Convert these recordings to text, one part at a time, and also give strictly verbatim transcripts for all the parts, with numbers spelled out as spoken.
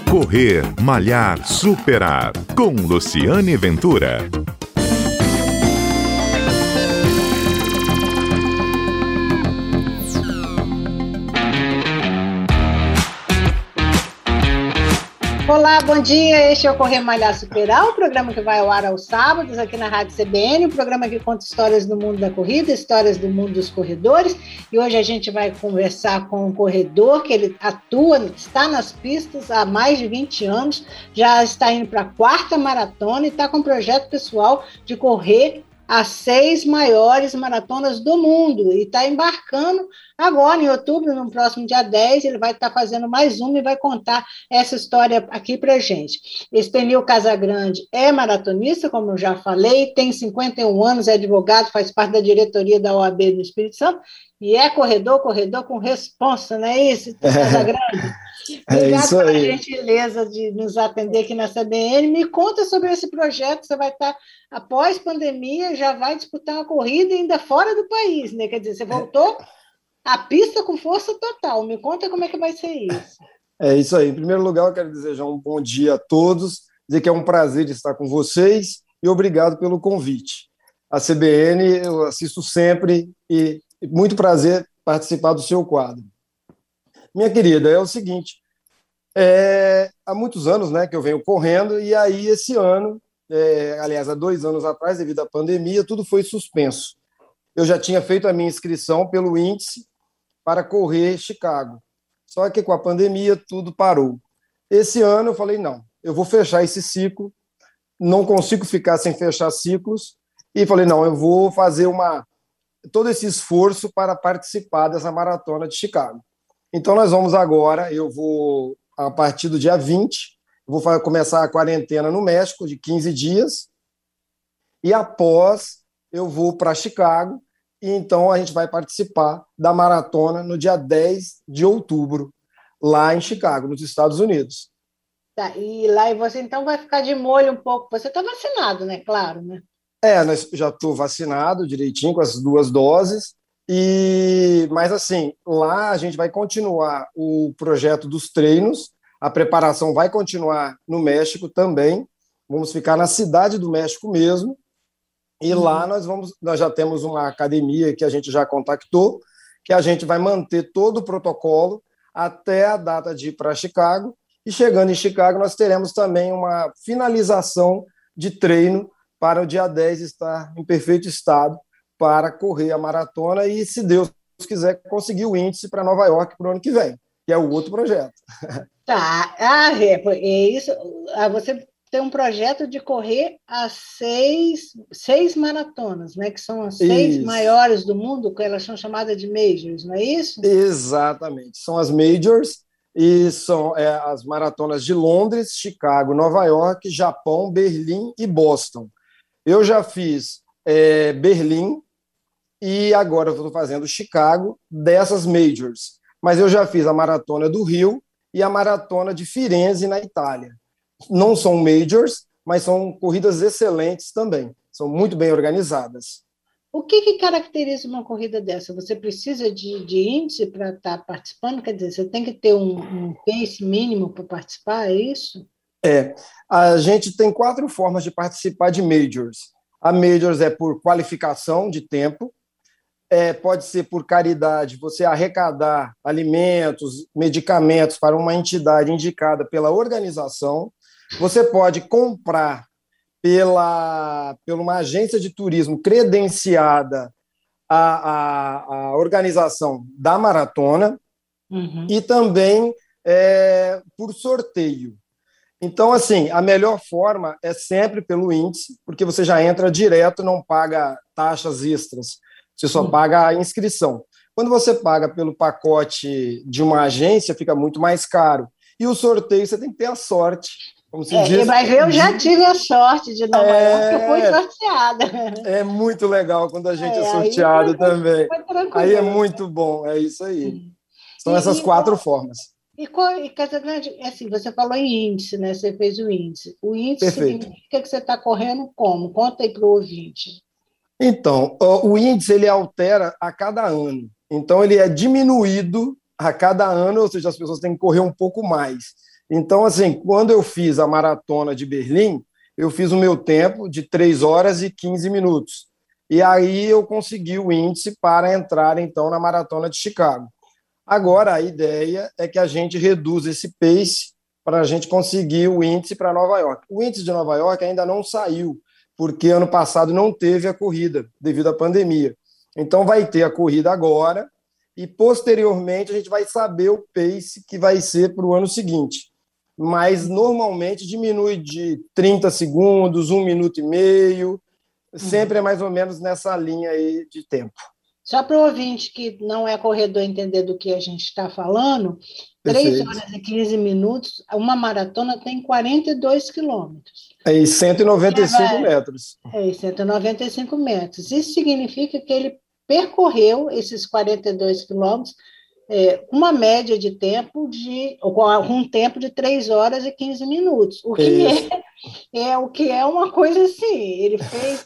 Correr, Malhar, Superar, com Luciane Ventura. Olá, bom dia, este é o Correr, Malhar, Superar, o programa que vai ao ar aos sábados aqui na Rádio C B N, o programa que conta histórias do mundo da corrida, histórias do mundo dos corredores, e hoje a gente vai conversar com um corredor que ele atua, está nas pistas há mais de vinte anos, já está indo para a quarta maratona e está com um projeto pessoal de correr as seis maiores maratonas do mundo, e está embarcando agora, em outubro, no próximo dia dez, ele vai estar fazendo mais uma e vai contar essa história aqui para a gente. Estenil Casagrande é maratonista, como eu já falei, tem cinquenta e um anos, é advogado, faz parte da diretoria da O A B do Espírito Santo, e é corredor, corredor com responsa, não é isso, Casagrande? É Obrigado isso pela aí. gentileza de nos atender aqui na C B N. Me conta sobre esse projeto, você vai estar, após pandemia, já vai disputar uma corrida ainda fora do país, né? Quer dizer, você voltou à pista com força total. Me conta como é que vai ser isso. É isso aí. Em primeiro lugar, eu quero desejar um bom dia a todos, dizer que é um prazer estar com vocês e obrigado pelo convite. A C B N eu assisto sempre e muito prazer participar do seu quadro. Minha querida, é o seguinte, é, há muitos anos, né, que eu venho correndo, e aí esse ano, é, aliás, há dois anos atrás, devido à pandemia, tudo foi suspenso. Eu já tinha feito a minha inscrição pelo índice para correr Chicago, só que com a pandemia tudo parou. Esse ano eu falei, não, eu vou fechar esse ciclo, não consigo ficar sem fechar ciclos, e falei, não, eu vou fazer uma, todo esse esforço para participar dessa maratona de Chicago. Então, nós vamos agora, eu vou, a partir do dia vinte, vou começar a quarentena no México, de quinze dias, e após eu vou para Chicago, e então a gente vai participar da maratona no dia dez de outubro, lá em Chicago, nos Estados Unidos. Tá, e lá você então vai ficar de molho um pouco. Você está vacinado, né? Claro, né? É, nós, já estou vacinado direitinho com as duas doses, E, mas assim, lá a gente vai continuar o projeto dos treinos, a preparação vai continuar no México também, vamos ficar na cidade do México mesmo, e uhum. lá nós, vamos, nós já temos uma academia que a gente já contactou, que a gente vai manter todo o protocolo até a data de ir para Chicago, e chegando em Chicago nós teremos também uma finalização de treino para o dia dez estar em perfeito estado, para correr a maratona e, se Deus quiser, conseguir o índice para Nova York para o ano que vem, que é o outro projeto. Tá, ah, é, é isso. Ah, você tem um projeto de correr as seis, seis maratonas, né? Que são as seis isso. maiores do mundo, que elas são chamadas de majors, não é isso? Exatamente, são as majors e são é, as maratonas de Londres, Chicago, Nova York, Japão, Berlim e Boston. Eu já fiz é, Berlim, e agora eu estou fazendo Chicago dessas majors. Mas eu já fiz a maratona do Rio e a maratona de Firenze, na Itália. Não são majors, mas são corridas excelentes também. São muito bem organizadas. O que, que caracteriza uma corrida dessa? Você precisa de, de índice para estar participando? Quer dizer, você tem que ter um, um pace mínimo para participar, é isso? É. A gente tem quatro formas de participar de majors. A majors é por qualificação de tempo, É, pode ser por caridade, você arrecadar alimentos, medicamentos para uma entidade indicada pela organização. Você pode comprar pela, pela uma agência de turismo credenciada à, à, à organização da maratona uhum. e também é, por sorteio. Então, assim, a melhor forma é sempre pelo índice, porque você já entra direto, não paga taxas extras. Você só paga a inscrição. Quando você paga pelo pacote de uma agência, fica muito mais caro. E o sorteio, você tem que ter a sorte. Como se é, diz, mas eu já tive a sorte de Nova é, York, eu fui sorteada. É muito legal quando a gente é, é aí sorteado foi, também. Foi aí é muito bom, é isso aí. Hum. São e, essas quatro e, formas. E, e Casagrande, assim, você falou em índice, né? Você fez o índice. O índice Perfeito. Significa que você está correndo como? Conta aí para o ouvinte. Então, o índice ele altera a cada ano. Então, ele é diminuído a cada ano, ou seja, as pessoas têm que correr um pouco mais. Então, assim, quando eu fiz a maratona de Berlim, eu fiz o meu tempo de três horas e quinze minutos. E aí eu consegui o índice para entrar, então, na maratona de Chicago. Agora, a ideia é que a gente reduza esse pace para a gente conseguir o índice para Nova York. O índice de Nova York ainda não saiu, porque ano passado não teve a corrida, devido à pandemia. Então, vai ter a corrida agora e, posteriormente, a gente vai saber o pace que vai ser para o ano seguinte. Mas, normalmente, diminui de trinta segundos, um minuto e meio, sempre é mais ou menos nessa linha aí de tempo. Só para o ouvinte que não é corredor entender do que a gente está falando, três horas e quinze minutos, uma maratona tem quarenta e dois quilômetros. É, e cento e noventa e cinco metros. É, cento e noventa e cinco metros. Isso significa que ele percorreu esses quarenta e dois quilômetros é, uma média de tempo de, com um tempo de três horas e quinze minutos, o que é, é, o que é uma coisa assim, ele fez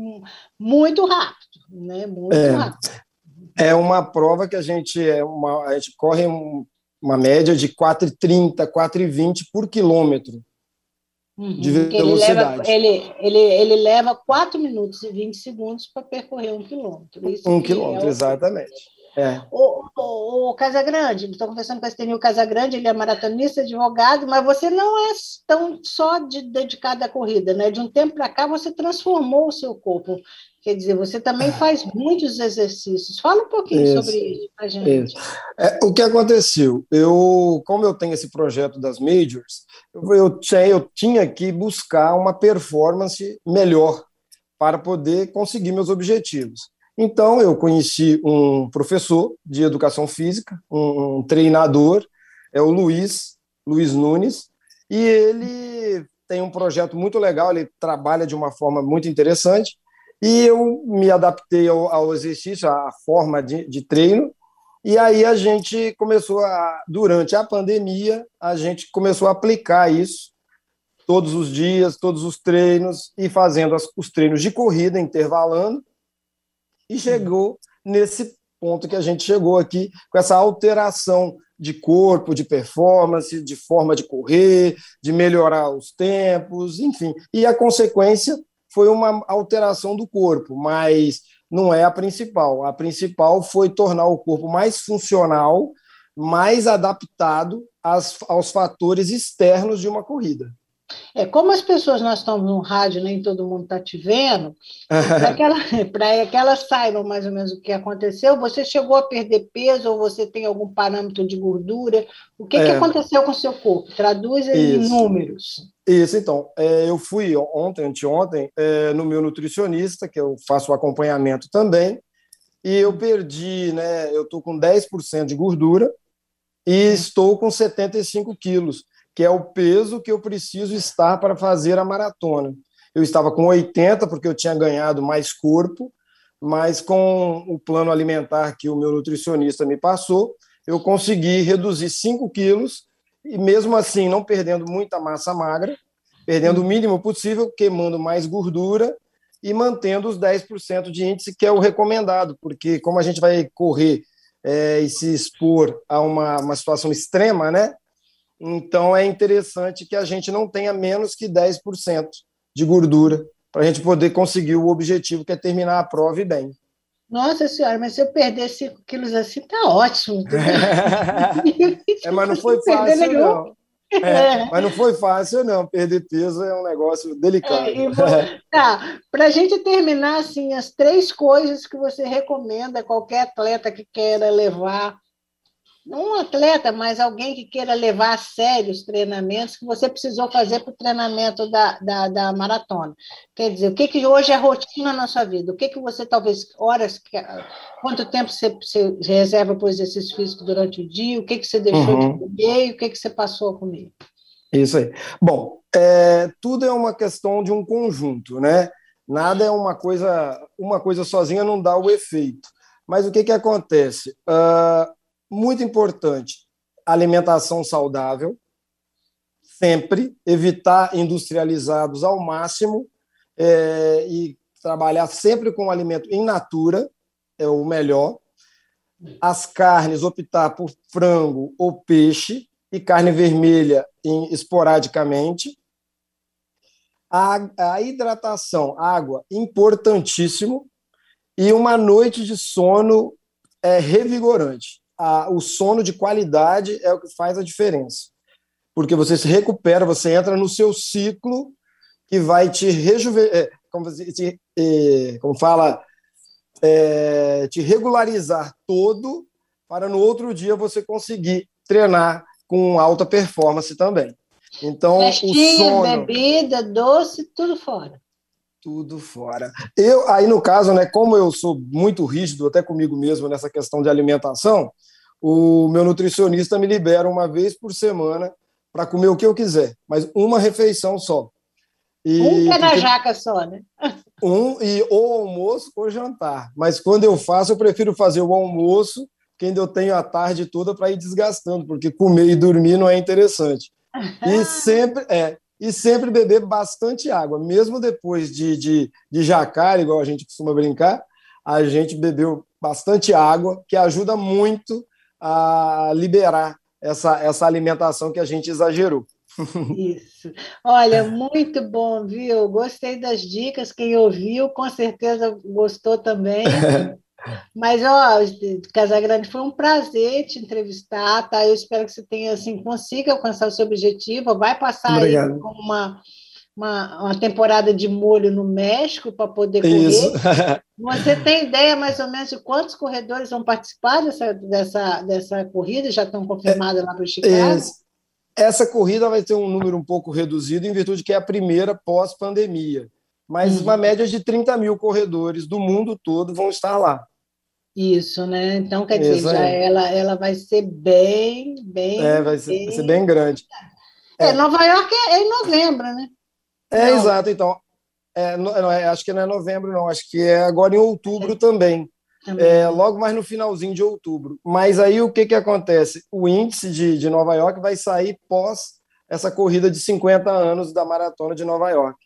muito rápido, né? Muito é, rápido. É uma prova que a gente, é uma, a gente corre uma média de quatro e trinta, quatro e vinte por quilômetro uhum, de velocidade. Ele leva, ele, ele, ele leva quatro minutos e vinte segundos para percorrer um quilômetro. Isso um quilômetro, é o... exatamente. É. O, o, o Casagrande, estou conversando com a Estenil Casagrande, ele é maratonista, advogado, mas você não é tão só de, dedicado à corrida, né? De um tempo para cá você transformou o seu corpo, quer dizer, você também faz muitos exercícios. Fala um pouquinho isso, sobre isso para a gente. É, o que aconteceu? Eu, como eu tenho esse projeto das Majors, eu, eu, tinha, eu tinha que buscar uma performance melhor para poder conseguir meus objetivos. Então, eu conheci um professor de educação física, um, um treinador, é o Luiz, Luiz Nunes, e ele tem um projeto muito legal, ele trabalha de uma forma muito interessante, e eu me adaptei ao, ao exercício, à forma de, de treino, e aí a gente começou a, durante a pandemia, a gente começou a aplicar isso todos os dias, todos os treinos, e fazendo as, os treinos de corrida, intervalando, e chegou nesse ponto que a gente chegou aqui, com essa alteração de corpo, de performance, de forma de correr, de melhorar os tempos, enfim. E a consequência foi uma alteração do corpo, mas não é a principal. A principal foi tornar o corpo mais funcional, mais adaptado às, aos fatores externos de uma corrida. É, como as pessoas, nós estamos no rádio, nem todo mundo está te vendo, para que, ela, que elas saibam mais ou menos o que aconteceu, você chegou a perder peso ou você tem algum parâmetro de gordura? O que, é. que aconteceu com o seu corpo? Traduz em números. Isso, então. É, eu fui ontem, anteontem, é, no meu nutricionista, que eu faço o acompanhamento também, e eu perdi, né? Eu estou com dez por cento de gordura e hum. estou com setenta e cinco quilos. Que é o peso que eu preciso estar para fazer a maratona. Eu estava com oitenta, porque eu tinha ganhado mais corpo, mas com o plano alimentar que o meu nutricionista me passou, eu consegui reduzir cinco quilos, e mesmo assim não perdendo muita massa magra, perdendo o mínimo possível, queimando mais gordura e mantendo os dez por cento de índice, que é o recomendado, porque como a gente vai correr é, e se expor a uma, uma situação extrema, né? Então, é interessante que a gente não tenha menos que dez por cento de gordura para a gente poder conseguir o objetivo, que é terminar a prova e bem. Nossa Senhora, mas se eu perder cinco quilos assim, tá ótimo. É, mas não foi fácil, não. É, mas não foi fácil, não. Perder peso é um negócio delicado. É, vou... Tá, para a gente terminar, assim, as três coisas que você recomenda a qualquer atleta que queira levar, não um atleta, mas alguém que queira levar a sério os treinamentos que você precisou fazer para o treinamento da, da, da maratona. Quer dizer, o que, que hoje é rotina na sua vida? O que, que você, talvez, horas, quanto tempo você, você reserva para o exercício físico durante o dia? O que, que você deixou uhum. de comer e o que, que você passou a comer? Isso aí. Bom, é, tudo é uma questão de um conjunto, né? Nada é uma coisa, uma coisa sozinha não dá o efeito. Mas o que, que acontece? Uh, Muito importante, alimentação saudável, sempre, evitar industrializados ao máximo é, e trabalhar sempre com alimento in natura, é o melhor. As carnes, optar por frango ou peixe e carne vermelha em, esporadicamente. A, a hidratação, água, importantíssimo, e uma noite de sono é, revigorante. A, o sono de qualidade é o que faz a diferença, porque você se recupera, você entra no seu ciclo que vai te rejuvenescer, como, te, é, como fala, é, te regularizar todo, para no outro dia você conseguir treinar com alta performance também. Então, festinha, o sono, bebida, doce, tudo fora. Tudo fora. Eu, aí, no caso, né, como eu sou muito rígido, até comigo mesmo, nessa questão de alimentação, o meu nutricionista me libera uma vez por semana para comer o que eu quiser, mas uma refeição só. E, um pé na porque, jaca só, né? Um, e ou almoço ou jantar. Mas quando eu faço, eu prefiro fazer o almoço, que ainda eu tenho a tarde toda para ir desgastando, porque comer e dormir não é interessante. E sempre, é, e sempre beber bastante água. Mesmo depois de, de, de jacar, igual a gente costuma brincar, a gente bebeu bastante água, que ajuda muito a liberar essa, essa alimentação que a gente exagerou. Isso. Olha, muito bom, viu? Gostei das dicas. Quem ouviu, com certeza gostou também. Mas, ó, Casagrande, foi um prazer te entrevistar, tá? Eu espero que você tenha, assim, consiga alcançar o seu objetivo. Vai passar Obrigado. aí com uma, uma, uma temporada de molho no México para poder correr. Isso. Você tem ideia, mais ou menos, de quantos corredores vão participar dessa, dessa, dessa corrida? Já estão confirmados lá para o Chicago? Isso. Essa corrida vai ter um número um pouco reduzido, em virtude que é a primeira pós-pandemia. Mas hum. uma média de trinta mil corredores do mundo todo vão estar lá. Isso, né? Então, quer dizer, já ela, ela vai ser bem, bem... É, vai ser bem, vai ser bem grande. É, é, Nova York é em novembro, né? É, não. Exato. Então, é, não, é, acho que não é novembro, não. Acho que é agora em outubro é. também. também. É, logo mais no finalzinho de outubro. Mas aí o que, que acontece? O índice de, de Nova York vai sair pós essa corrida de cinquenta anos da Maratona de Nova York.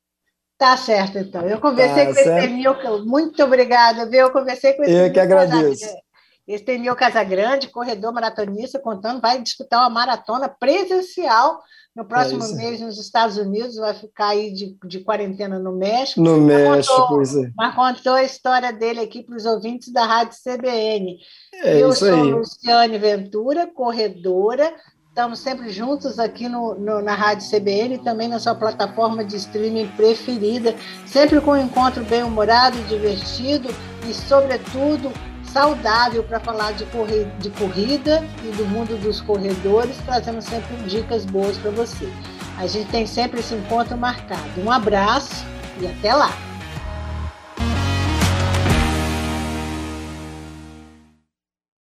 Tá certo, então. Eu conversei tá com certo. Estenil, muito obrigada, viu? Eu conversei com Estenil. Eu que agradeço. Estenil Casagrande, corredor maratonista, contando, vai disputar uma maratona presencial no próximo é mês nos Estados Unidos, vai ficar aí de, de quarentena no México. No México, contou, pois é. Mas contou a história dele aqui para os ouvintes da Rádio C B N. É Eu isso sou aí. Luciane Ventura, corredora. Estamos sempre juntos aqui no, no, na Rádio C B N e também na sua plataforma de streaming preferida, sempre com um encontro bem-humorado, divertido e, sobretudo, saudável para falar de, corri de corrida e do mundo dos corredores, trazendo sempre dicas boas para você. A gente tem sempre esse encontro marcado. Um abraço e até lá!